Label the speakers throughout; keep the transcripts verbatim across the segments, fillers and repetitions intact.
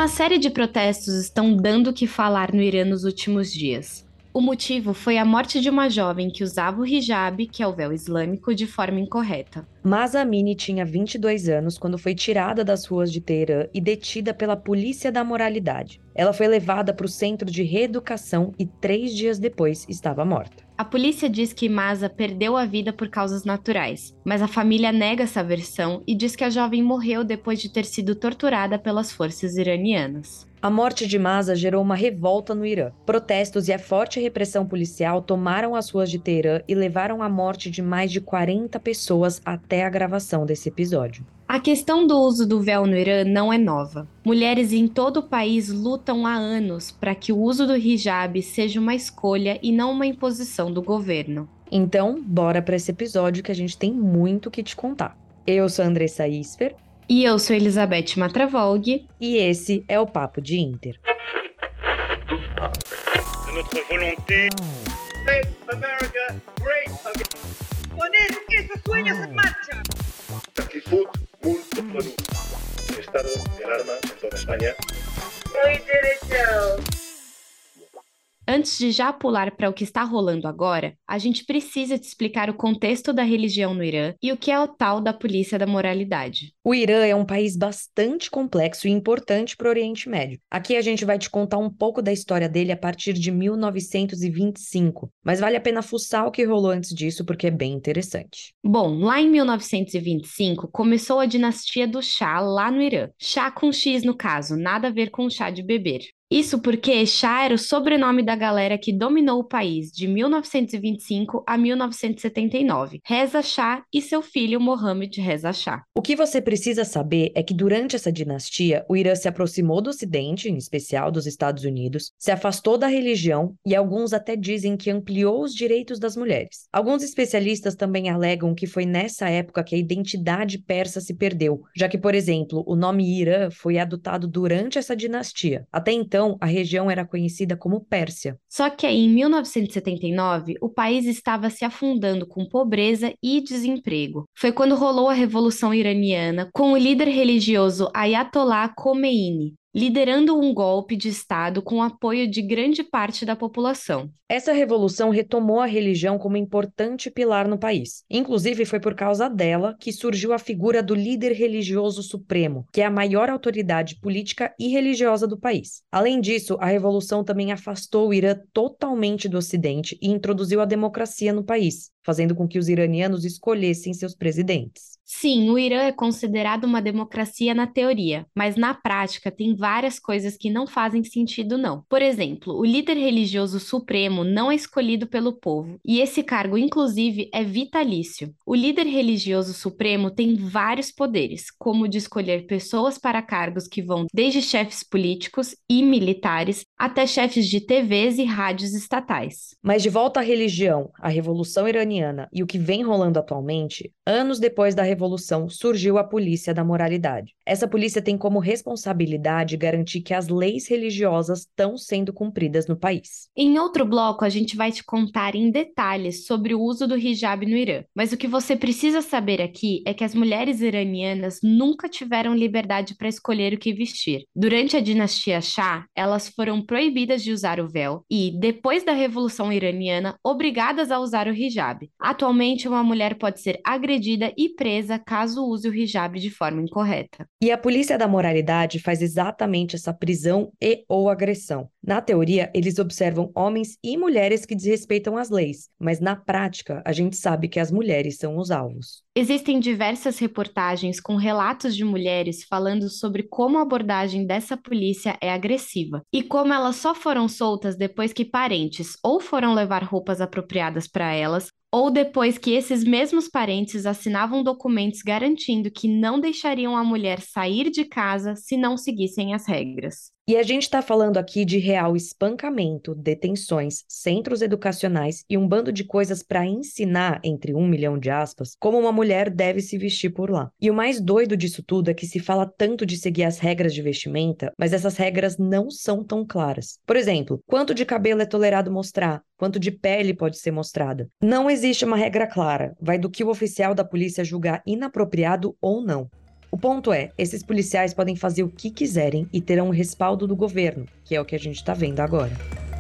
Speaker 1: Uma série de protestos estão dando o que falar no Irã nos últimos dias. O motivo foi a morte de uma jovem que usava o hijab, que é o véu islâmico, de forma incorreta.
Speaker 2: Mahsa Amini tinha vinte e dois anos quando foi tirada das ruas de Teherã e detida pela Polícia da Moralidade. Ela foi levada para o centro de reeducação e três dias depois estava morta.
Speaker 1: A polícia diz que Mahsa perdeu a vida por causas naturais, mas a família nega essa versão e diz que a jovem morreu depois de ter sido torturada pelas forças iranianas.
Speaker 2: A morte de Mahsa gerou uma revolta no Irã. Protestos e a forte repressão policial tomaram as ruas de Teherã e levaram à morte de mais de quarenta pessoas até a gravação desse episódio.
Speaker 1: A questão do uso do véu no Irã não é nova. Mulheres em todo o país lutam há anos para que o uso do hijab seja uma escolha e não uma imposição do governo.
Speaker 2: Então, bora para esse episódio que a gente tem muito o que te contar. Eu sou a Andressa Isfer.
Speaker 1: E eu sou Elizabeth Matravolg.
Speaker 2: E esse é o Papo de Inter.
Speaker 3: Notre volonté.
Speaker 4: Make America great again. Con eso, esos sueños en marcha.
Speaker 3: Actitud muito produto. Estado de alarma en toda España.
Speaker 4: We did it, Joe.
Speaker 1: Antes de já pular para o que está rolando agora, a gente precisa te explicar o contexto da religião no Irã e o que é o tal da polícia da moralidade.
Speaker 2: O Irã é um país bastante complexo e importante para o Oriente Médio. Aqui a gente vai te contar um pouco da história dele a partir de mil novecentos e vinte e cinco, mas vale a pena fuçar o que rolou antes disso porque é bem interessante.
Speaker 1: Bom, lá em mil novecentos e vinte e cinco começou a dinastia do Shah lá no Irã. Shah com X no caso, nada a ver com chá de beber. Isso porque Shah era o sobrenome da galera que dominou o país de mil novecentos e vinte e cinco a mil novecentos e setenta e nove, Reza Shah e seu filho Mohammed Reza Shah.
Speaker 2: O que você precisa saber é que durante essa dinastia, o Irã se aproximou do Ocidente, em especial dos Estados Unidos, se afastou da religião e alguns até dizem que ampliou os direitos das mulheres. Alguns especialistas também alegam que foi nessa época que a identidade persa se perdeu, já que, por exemplo, o nome Irã foi adotado durante essa dinastia. Até então, a região era conhecida como Pérsia.
Speaker 1: Só que aí, em mil novecentos e setenta e nove, o país estava se afundando com pobreza e desemprego. Foi quando rolou a Revolução Iraniana, com o líder religioso Ayatollah Khomeini liderando um golpe de Estado com o apoio de grande parte da população.
Speaker 2: Essa revolução retomou a religião como importante pilar no país. Inclusive, foi por causa dela que surgiu a figura do líder religioso supremo, que é a maior autoridade política e religiosa do país. Além disso, a revolução também afastou o Irã totalmente do Ocidente e introduziu a democracia no país, fazendo com que os iranianos escolhessem seus presidentes.
Speaker 1: Sim, o Irã é considerado uma democracia na teoria, mas na prática tem várias coisas que não fazem sentido não. Por exemplo, o líder religioso supremo não é escolhido pelo povo, e esse cargo, inclusive, é vitalício. O líder religioso supremo tem vários poderes, como o de escolher pessoas para cargos que vão desde chefes políticos e militares até chefes de T Vs e rádios estatais.
Speaker 2: Mas de volta à religião, à Revolução Iraniana e o que vem rolando atualmente, anos depois da Revolução surgiu a Polícia da Moralidade. Essa polícia tem como responsabilidade garantir que as leis religiosas estão sendo cumpridas no país.
Speaker 1: Em outro bloco, a gente vai te contar em detalhes sobre o uso do hijab no Irã. Mas o que você precisa saber aqui é que as mulheres iranianas nunca tiveram liberdade para escolher o que vestir. Durante a dinastia Shah, elas foram proibidas de usar o véu e, depois da Revolução Iraniana, obrigadas a usar o hijab. Atualmente, uma mulher pode ser agredida e presa caso use o hijab de forma incorreta.
Speaker 2: E a Polícia da Moralidade faz exatamente essa prisão e ou agressão. Na teoria, eles observam homens e mulheres que desrespeitam as leis, mas na prática, a gente sabe que as mulheres são os alvos.
Speaker 1: Existem diversas reportagens com relatos de mulheres falando sobre como a abordagem dessa polícia é agressiva e como elas só foram soltas depois que parentes ou foram levar roupas apropriadas para elas, ou depois que esses mesmos parentes assinavam documentos garantindo que não deixariam a mulher sair de casa se não seguissem as regras.
Speaker 2: E a gente está falando aqui de real espancamento, detenções, centros educacionais e um bando de coisas para ensinar, entre um milhão de aspas, como uma mulher deve se vestir por lá. E o mais doido disso tudo é que se fala tanto de seguir as regras de vestimenta, mas essas regras não são tão claras. Por exemplo, quanto de cabelo é tolerado mostrar? Quanto de pele pode ser mostrada? Não existe uma regra clara, vai do que o oficial da polícia julgar inapropriado ou não. O ponto é, esses policiais podem fazer o que quiserem e terão o respaldo do governo, que é o que a gente está vendo agora.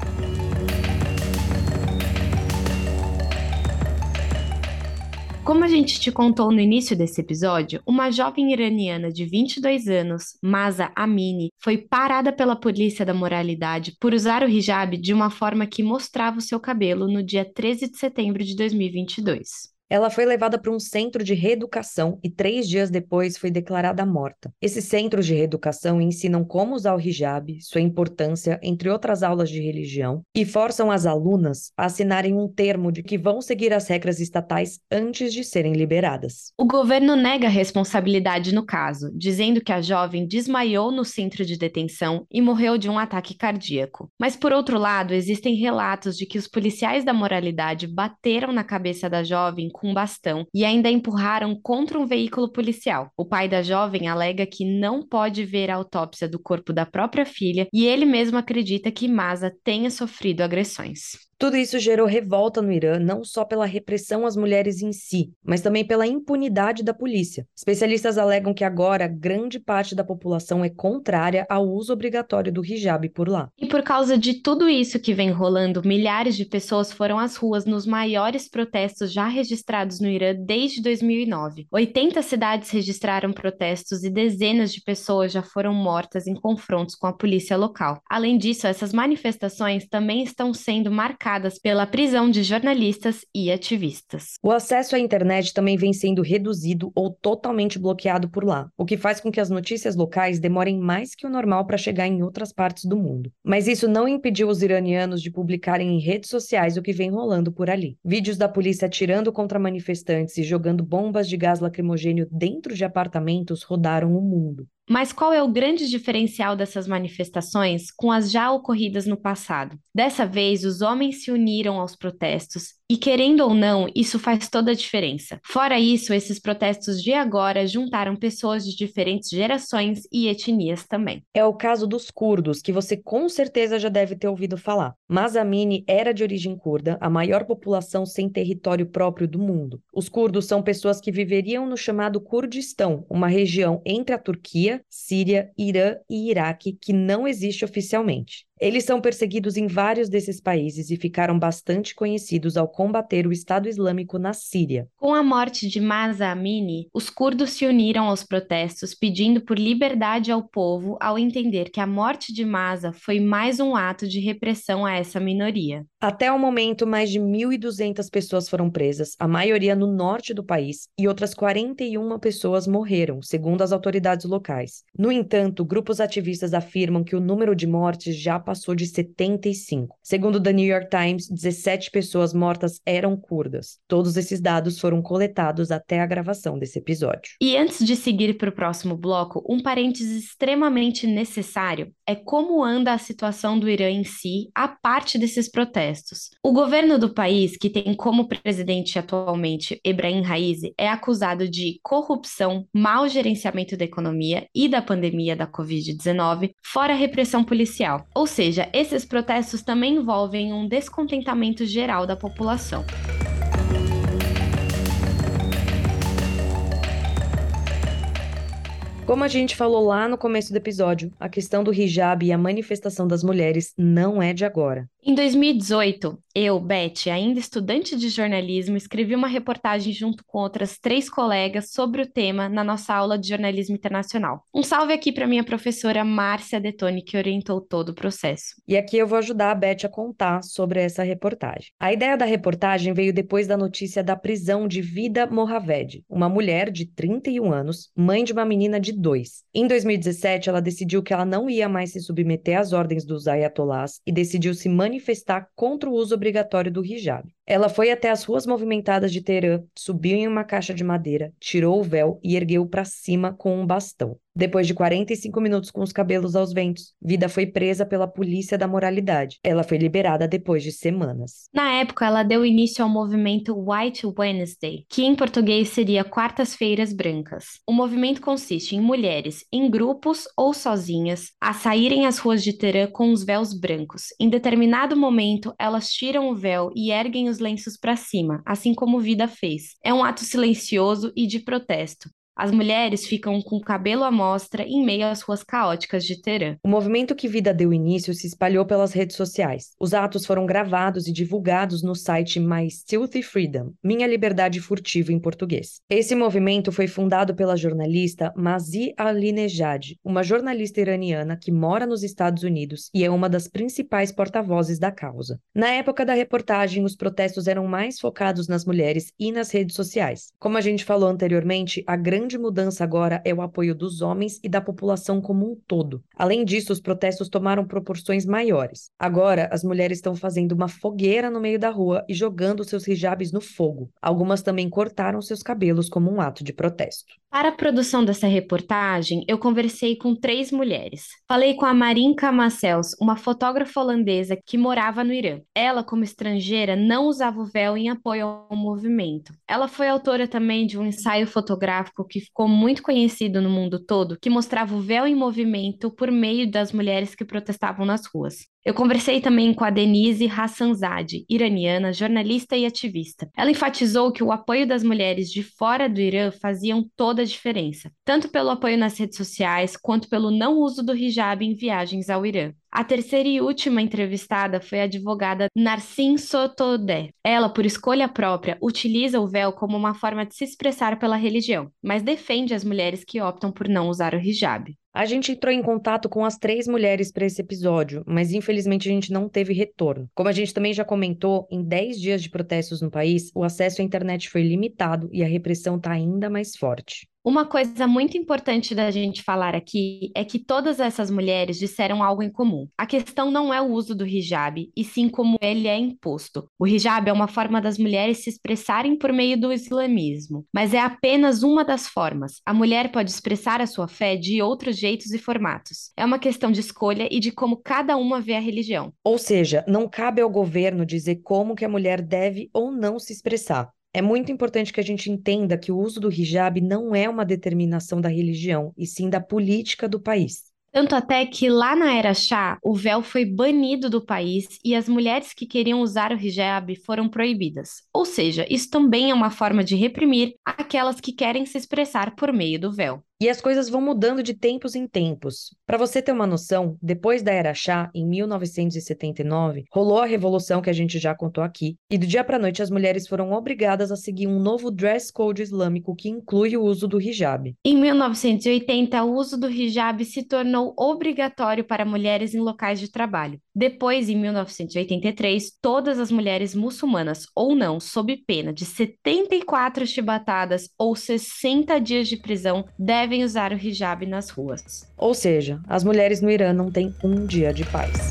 Speaker 1: Como a gente te contou no início desse episódio, uma jovem iraniana de vinte e dois anos, Mahsa Amini, foi parada pela polícia da moralidade por usar o hijab de uma forma que mostrava o seu cabelo no dia treze de setembro de dois mil e vinte e dois.
Speaker 2: Ela foi levada para um centro de reeducação e três dias depois foi declarada morta. Esses centros de reeducação ensinam como usar o hijab, sua importância, entre outras aulas de religião, e forçam as alunas a assinarem um termo de que vão seguir as regras estatais antes de serem liberadas.
Speaker 1: O governo nega a responsabilidade no caso, dizendo que a jovem desmaiou no centro de detenção e morreu de um ataque cardíaco. Mas, por outro lado, existem relatos de que os policiais da moralidade bateram na cabeça da jovem com um bastão e ainda empurraram contra um veículo policial. O pai da jovem alega que não pode ver a autópsia do corpo da própria filha e ele mesmo acredita que Mahsa tenha sofrido agressões.
Speaker 2: Tudo isso gerou revolta no Irã, não só pela repressão às mulheres em si, mas também pela impunidade da polícia. Especialistas alegam que agora grande parte da população é contrária ao uso obrigatório do hijab por lá.
Speaker 1: E por causa de tudo isso que vem rolando, milhares de pessoas foram às ruas nos maiores protestos já registrados no Irã desde dois mil e nove. oitenta cidades registraram protestos e dezenas de pessoas já foram mortas em confrontos com a polícia local. Além disso, essas manifestações também estão sendo marcadas pela prisão de jornalistas e ativistas.
Speaker 2: O acesso à internet também vem sendo reduzido ou totalmente bloqueado por lá, o que faz com que as notícias locais demorem mais que o normal para chegar em outras partes do mundo. Mas isso não impediu os iranianos de publicarem em redes sociais o que vem rolando por ali. Vídeos da polícia atirando contra manifestantes e jogando bombas de gás lacrimogêneo dentro de apartamentos rodaram o mundo.
Speaker 1: Mas qual é o grande diferencial dessas manifestações com as já ocorridas no passado? Dessa vez, os homens se uniram aos protestos e, querendo ou não, isso faz toda a diferença. Fora isso, esses protestos de agora juntaram pessoas de diferentes gerações e etnias também.
Speaker 2: É o caso dos curdos, que você com certeza já deve ter ouvido falar. Mahsa Amini era de origem curda, a maior população sem território próprio do mundo. Os curdos são pessoas que viveriam no chamado Kurdistão, uma região entre a Turquia, Síria, Irã e Iraque que não existe oficialmente. Eles são perseguidos em vários desses países e ficaram bastante conhecidos ao combater o Estado Islâmico na Síria.
Speaker 1: Com a morte de Mahsa Amini, os curdos se uniram aos protestos pedindo por liberdade ao povo ao entender que a morte de Mahsa foi mais um ato de repressão a essa minoria.
Speaker 2: Até o momento, mais de mil e duzentas pessoas foram presas, a maioria no norte do país, e outras quarenta e uma pessoas morreram, segundo as autoridades locais. No entanto, grupos ativistas afirmam que o número de mortes já passou de setenta e cinco. Segundo The New York Times, dezessete pessoas mortas eram curdas. Todos esses dados foram coletados até a gravação desse episódio.
Speaker 1: E antes de seguir para o próximo bloco, um parênteses extremamente necessário é como anda a situação do Irã em si, a parte desses protestos. O governo do país, que tem como presidente atualmente Ebrahim Raisi, é acusado de corrupção, mau gerenciamento da economia e da pandemia da covid dezenove, fora a repressão policial. Ou seja, esses protestos também envolvem um descontentamento geral da população.
Speaker 2: Como a gente falou lá no começo do episódio, a questão do hijab e a manifestação das mulheres não é de agora.
Speaker 1: Em dois mil e dezoito, eu, Beth, ainda estudante de jornalismo, escrevi uma reportagem junto com outras três colegas sobre o tema na nossa aula de jornalismo internacional. Um salve aqui para minha professora Márcia Detoni, que orientou todo o processo.
Speaker 2: E aqui eu vou ajudar a Beth a contar sobre essa reportagem. A ideia da reportagem veio depois da notícia da prisão de Vida Mohaved, uma mulher de trinta e um anos, mãe de uma menina de dois. Em dois mil e dezessete, ela decidiu que ela não ia mais se submeter às ordens dos ayatollahs e decidiu se manifestar contra o uso obrigatório do hijab. Ela foi até as ruas movimentadas de Teherã, subiu em uma caixa de madeira, tirou o véu e ergueu para cima com um bastão. Depois de quarenta e cinco minutos com os cabelos aos ventos, Vida foi presa pela polícia da moralidade. Ela foi liberada depois de semanas.
Speaker 1: Na época, ela deu início ao movimento White Wednesday, que em português seria Quartas-feiras Brancas. O movimento consiste em mulheres, em grupos ou sozinhas, a saírem às ruas de Teherã com os véus brancos. Em determinado momento, elas tiram o véu e erguem os lenços para cima, assim como Vida fez. É um ato silencioso e de protesto. As mulheres ficam com o cabelo à mostra em meio às ruas caóticas de Teherã.
Speaker 2: O movimento que Vida deu início se espalhou pelas redes sociais. Os atos foram gravados e divulgados no site My Stealthy Freedom, Minha Liberdade Furtiva em português. Esse movimento foi fundado pela jornalista Masih Alinejad, uma jornalista iraniana que mora nos Estados Unidos e é uma das principais porta-vozes da causa. Na época da reportagem, os protestos eram mais focados nas mulheres e nas redes sociais. Como a gente falou anteriormente, a grande mudança agora é o apoio dos homens e da população como um todo. Além disso, os protestos tomaram proporções maiores. Agora, as mulheres estão fazendo uma fogueira no meio da rua e jogando seus hijabs no fogo. Algumas também cortaram seus cabelos como um ato de protesto.
Speaker 1: Para a produção dessa reportagem, eu conversei com três mulheres. Falei com a Marinka Macels, uma fotógrafa holandesa que morava no Irã. Ela, como estrangeira, não usava o véu em apoio ao movimento. Ela foi autora também de um ensaio fotográfico que ficou muito conhecido no mundo todo, que mostrava o véu em movimento por meio das mulheres que protestavam nas ruas. Eu conversei também com a Denise Hassanzade, iraniana, jornalista e ativista. Ela enfatizou que o apoio das mulheres de fora do Irã faziam toda a diferença, tanto pelo apoio nas redes sociais, quanto pelo não uso do hijab em viagens ao Irã. A terceira e última entrevistada foi a advogada Narsin Sotodeh. Ela, por escolha própria, utiliza o véu como uma forma de se expressar pela religião, mas defende as mulheres que optam por não usar o hijab.
Speaker 2: A gente entrou em contato com as três mulheres para esse episódio, mas infelizmente a gente não teve retorno. Como a gente também já comentou, em dez dias de protestos no país, o acesso à internet foi limitado e a repressão está ainda mais forte.
Speaker 1: Uma coisa muito importante da gente falar aqui é que todas essas mulheres disseram algo em comum. A questão não é o uso do hijab, e sim como ele é imposto. O hijab é uma forma das mulheres se expressarem por meio do islamismo, mas é apenas uma das formas. A mulher pode expressar a sua fé de outros jeitos e formatos. É uma questão de escolha e de como cada uma vê a religião.
Speaker 2: Ou seja, não cabe ao governo dizer como que a mulher deve ou não se expressar. É muito importante que a gente entenda que o uso do hijab não é uma determinação da religião, e sim da política do país.
Speaker 1: Tanto até que lá na Era Shah, o véu foi banido do país e as mulheres que queriam usar o hijab foram proibidas. Ou seja, isso também é uma forma de reprimir aquelas que querem se expressar por meio do véu.
Speaker 2: E as coisas vão mudando de tempos em tempos. Para você ter uma noção, depois da Era Shah, em mil novecentos e setenta e nove, rolou a revolução que a gente já contou aqui, e do dia para a noite as mulheres foram obrigadas a seguir um novo dress code islâmico que inclui o uso do hijab.
Speaker 1: Em mil novecentos e oitenta, o uso do hijab se tornou obrigatório para mulheres em locais de trabalho. Depois, em mil novecentos e oitenta e três, todas as mulheres muçulmanas ou não, sob pena de setenta e quatro chibatadas ou sessenta dias de prisão, devem devem usar o hijab nas ruas.
Speaker 2: Ou seja, as mulheres no Irã não têm um dia de paz.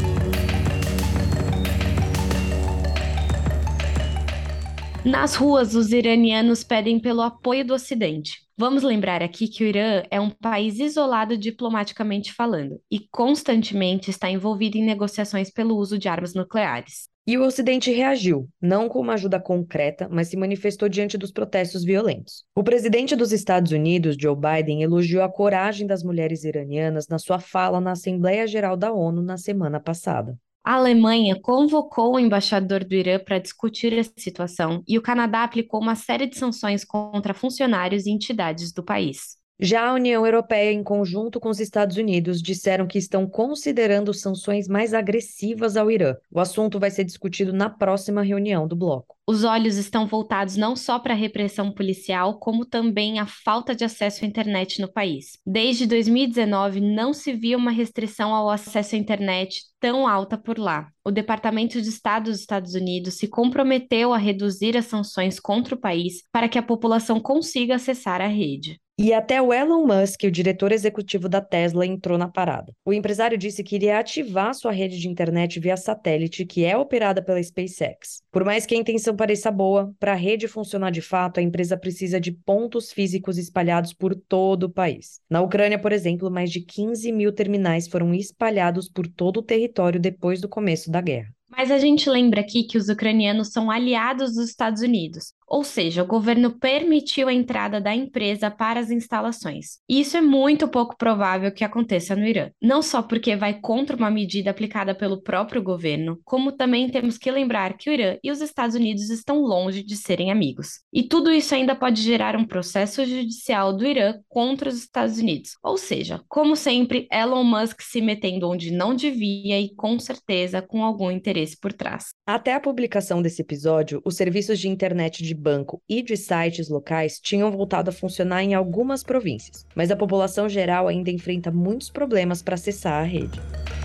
Speaker 1: Nas ruas, os iranianos pedem pelo apoio do Ocidente. Vamos lembrar aqui que o Irã é um país isolado diplomaticamente falando e constantemente está envolvido em negociações pelo uso de armas nucleares.
Speaker 2: E o Ocidente reagiu, não com uma ajuda concreta, mas se manifestou diante dos protestos violentos. O presidente dos Estados Unidos, Joe Biden, elogiou a coragem das mulheres iranianas na sua fala na Assembleia Geral da ONU na semana passada.
Speaker 1: A Alemanha convocou o embaixador do Irã para discutir a situação e o Canadá aplicou uma série de sanções contra funcionários e entidades do país.
Speaker 2: Já a União Europeia, em conjunto com os Estados Unidos, disseram que estão considerando sanções mais agressivas ao Irã. O assunto vai ser discutido na próxima reunião do bloco.
Speaker 1: Os olhos estão voltados não só para a repressão policial, como também a falta de acesso à internet no país. Desde dois mil e dezenove, não se via uma restrição ao acesso à internet tão alta por lá. O Departamento de Estado dos Estados Unidos se comprometeu a reduzir as sanções contra o país para que a população consiga acessar a rede.
Speaker 2: E até o Elon Musk, o diretor executivo da Tesla, entrou na parada. O empresário disse que iria ativar sua rede de internet via satélite, que é operada pela SpaceX. Por mais que a intenção pareça boa, para a rede funcionar de fato, a empresa precisa de pontos físicos espalhados por todo o país. Na Ucrânia, por exemplo, mais de quinze mil terminais foram espalhados por todo o território depois do começo da guerra.
Speaker 1: Mas a gente lembra aqui que os ucranianos são aliados dos Estados Unidos. Ou seja, o governo permitiu a entrada da empresa para as instalações. E isso é muito pouco provável que aconteça no Irã. Não só porque vai contra uma medida aplicada pelo próprio governo, como também temos que lembrar que o Irã e os Estados Unidos estão longe de serem amigos. E tudo isso ainda pode gerar um processo judicial do Irã contra os Estados Unidos. Ou seja, como sempre, Elon Musk se metendo onde não devia e com certeza com algum interesse por trás.
Speaker 2: Até a publicação desse episódio, os serviços de internet de banco e de sites locais tinham voltado a funcionar em algumas províncias, mas a população geral ainda enfrenta muitos problemas para acessar a rede.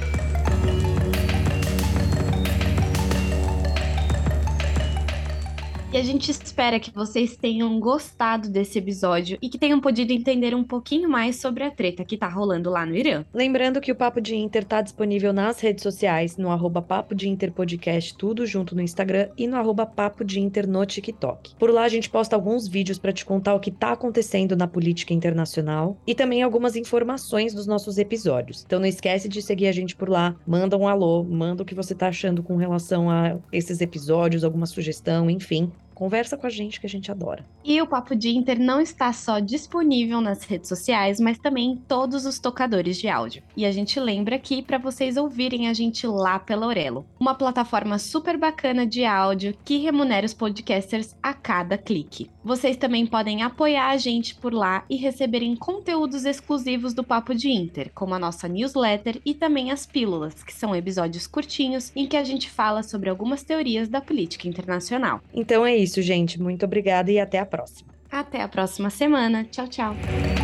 Speaker 1: E a gente espera que vocês tenham gostado desse episódio e que tenham podido entender um pouquinho mais sobre a treta que tá rolando lá no Irã.
Speaker 2: Lembrando que o Papo de Inter tá disponível nas redes sociais, no arroba Papo de Inter Podcast, tudo junto no Instagram, e no arroba Papo de Inter no TikTok. Por lá a gente posta alguns vídeos para te contar o que tá acontecendo na política internacional e também algumas informações dos nossos episódios. Então não esquece de seguir a gente por lá, manda um alô, manda o que você tá achando com relação a esses episódios, alguma sugestão, enfim. Conversa com a gente que a gente adora.
Speaker 1: E o Papo de Inter não está só disponível nas redes sociais, mas também em todos os tocadores de áudio. E a gente lembra aqui para vocês ouvirem a gente lá pela Aurelo, uma plataforma super bacana de áudio que remunera os podcasters a cada clique. Vocês também podem apoiar a gente por lá e receberem conteúdos exclusivos do Papo de Inter, como a nossa newsletter e também as pílulas, que são episódios curtinhos em que a gente fala sobre algumas teorias da política internacional.
Speaker 2: Então é isso, gente. Muito obrigada e até a próxima.
Speaker 1: Até a próxima semana. Tchau, tchau.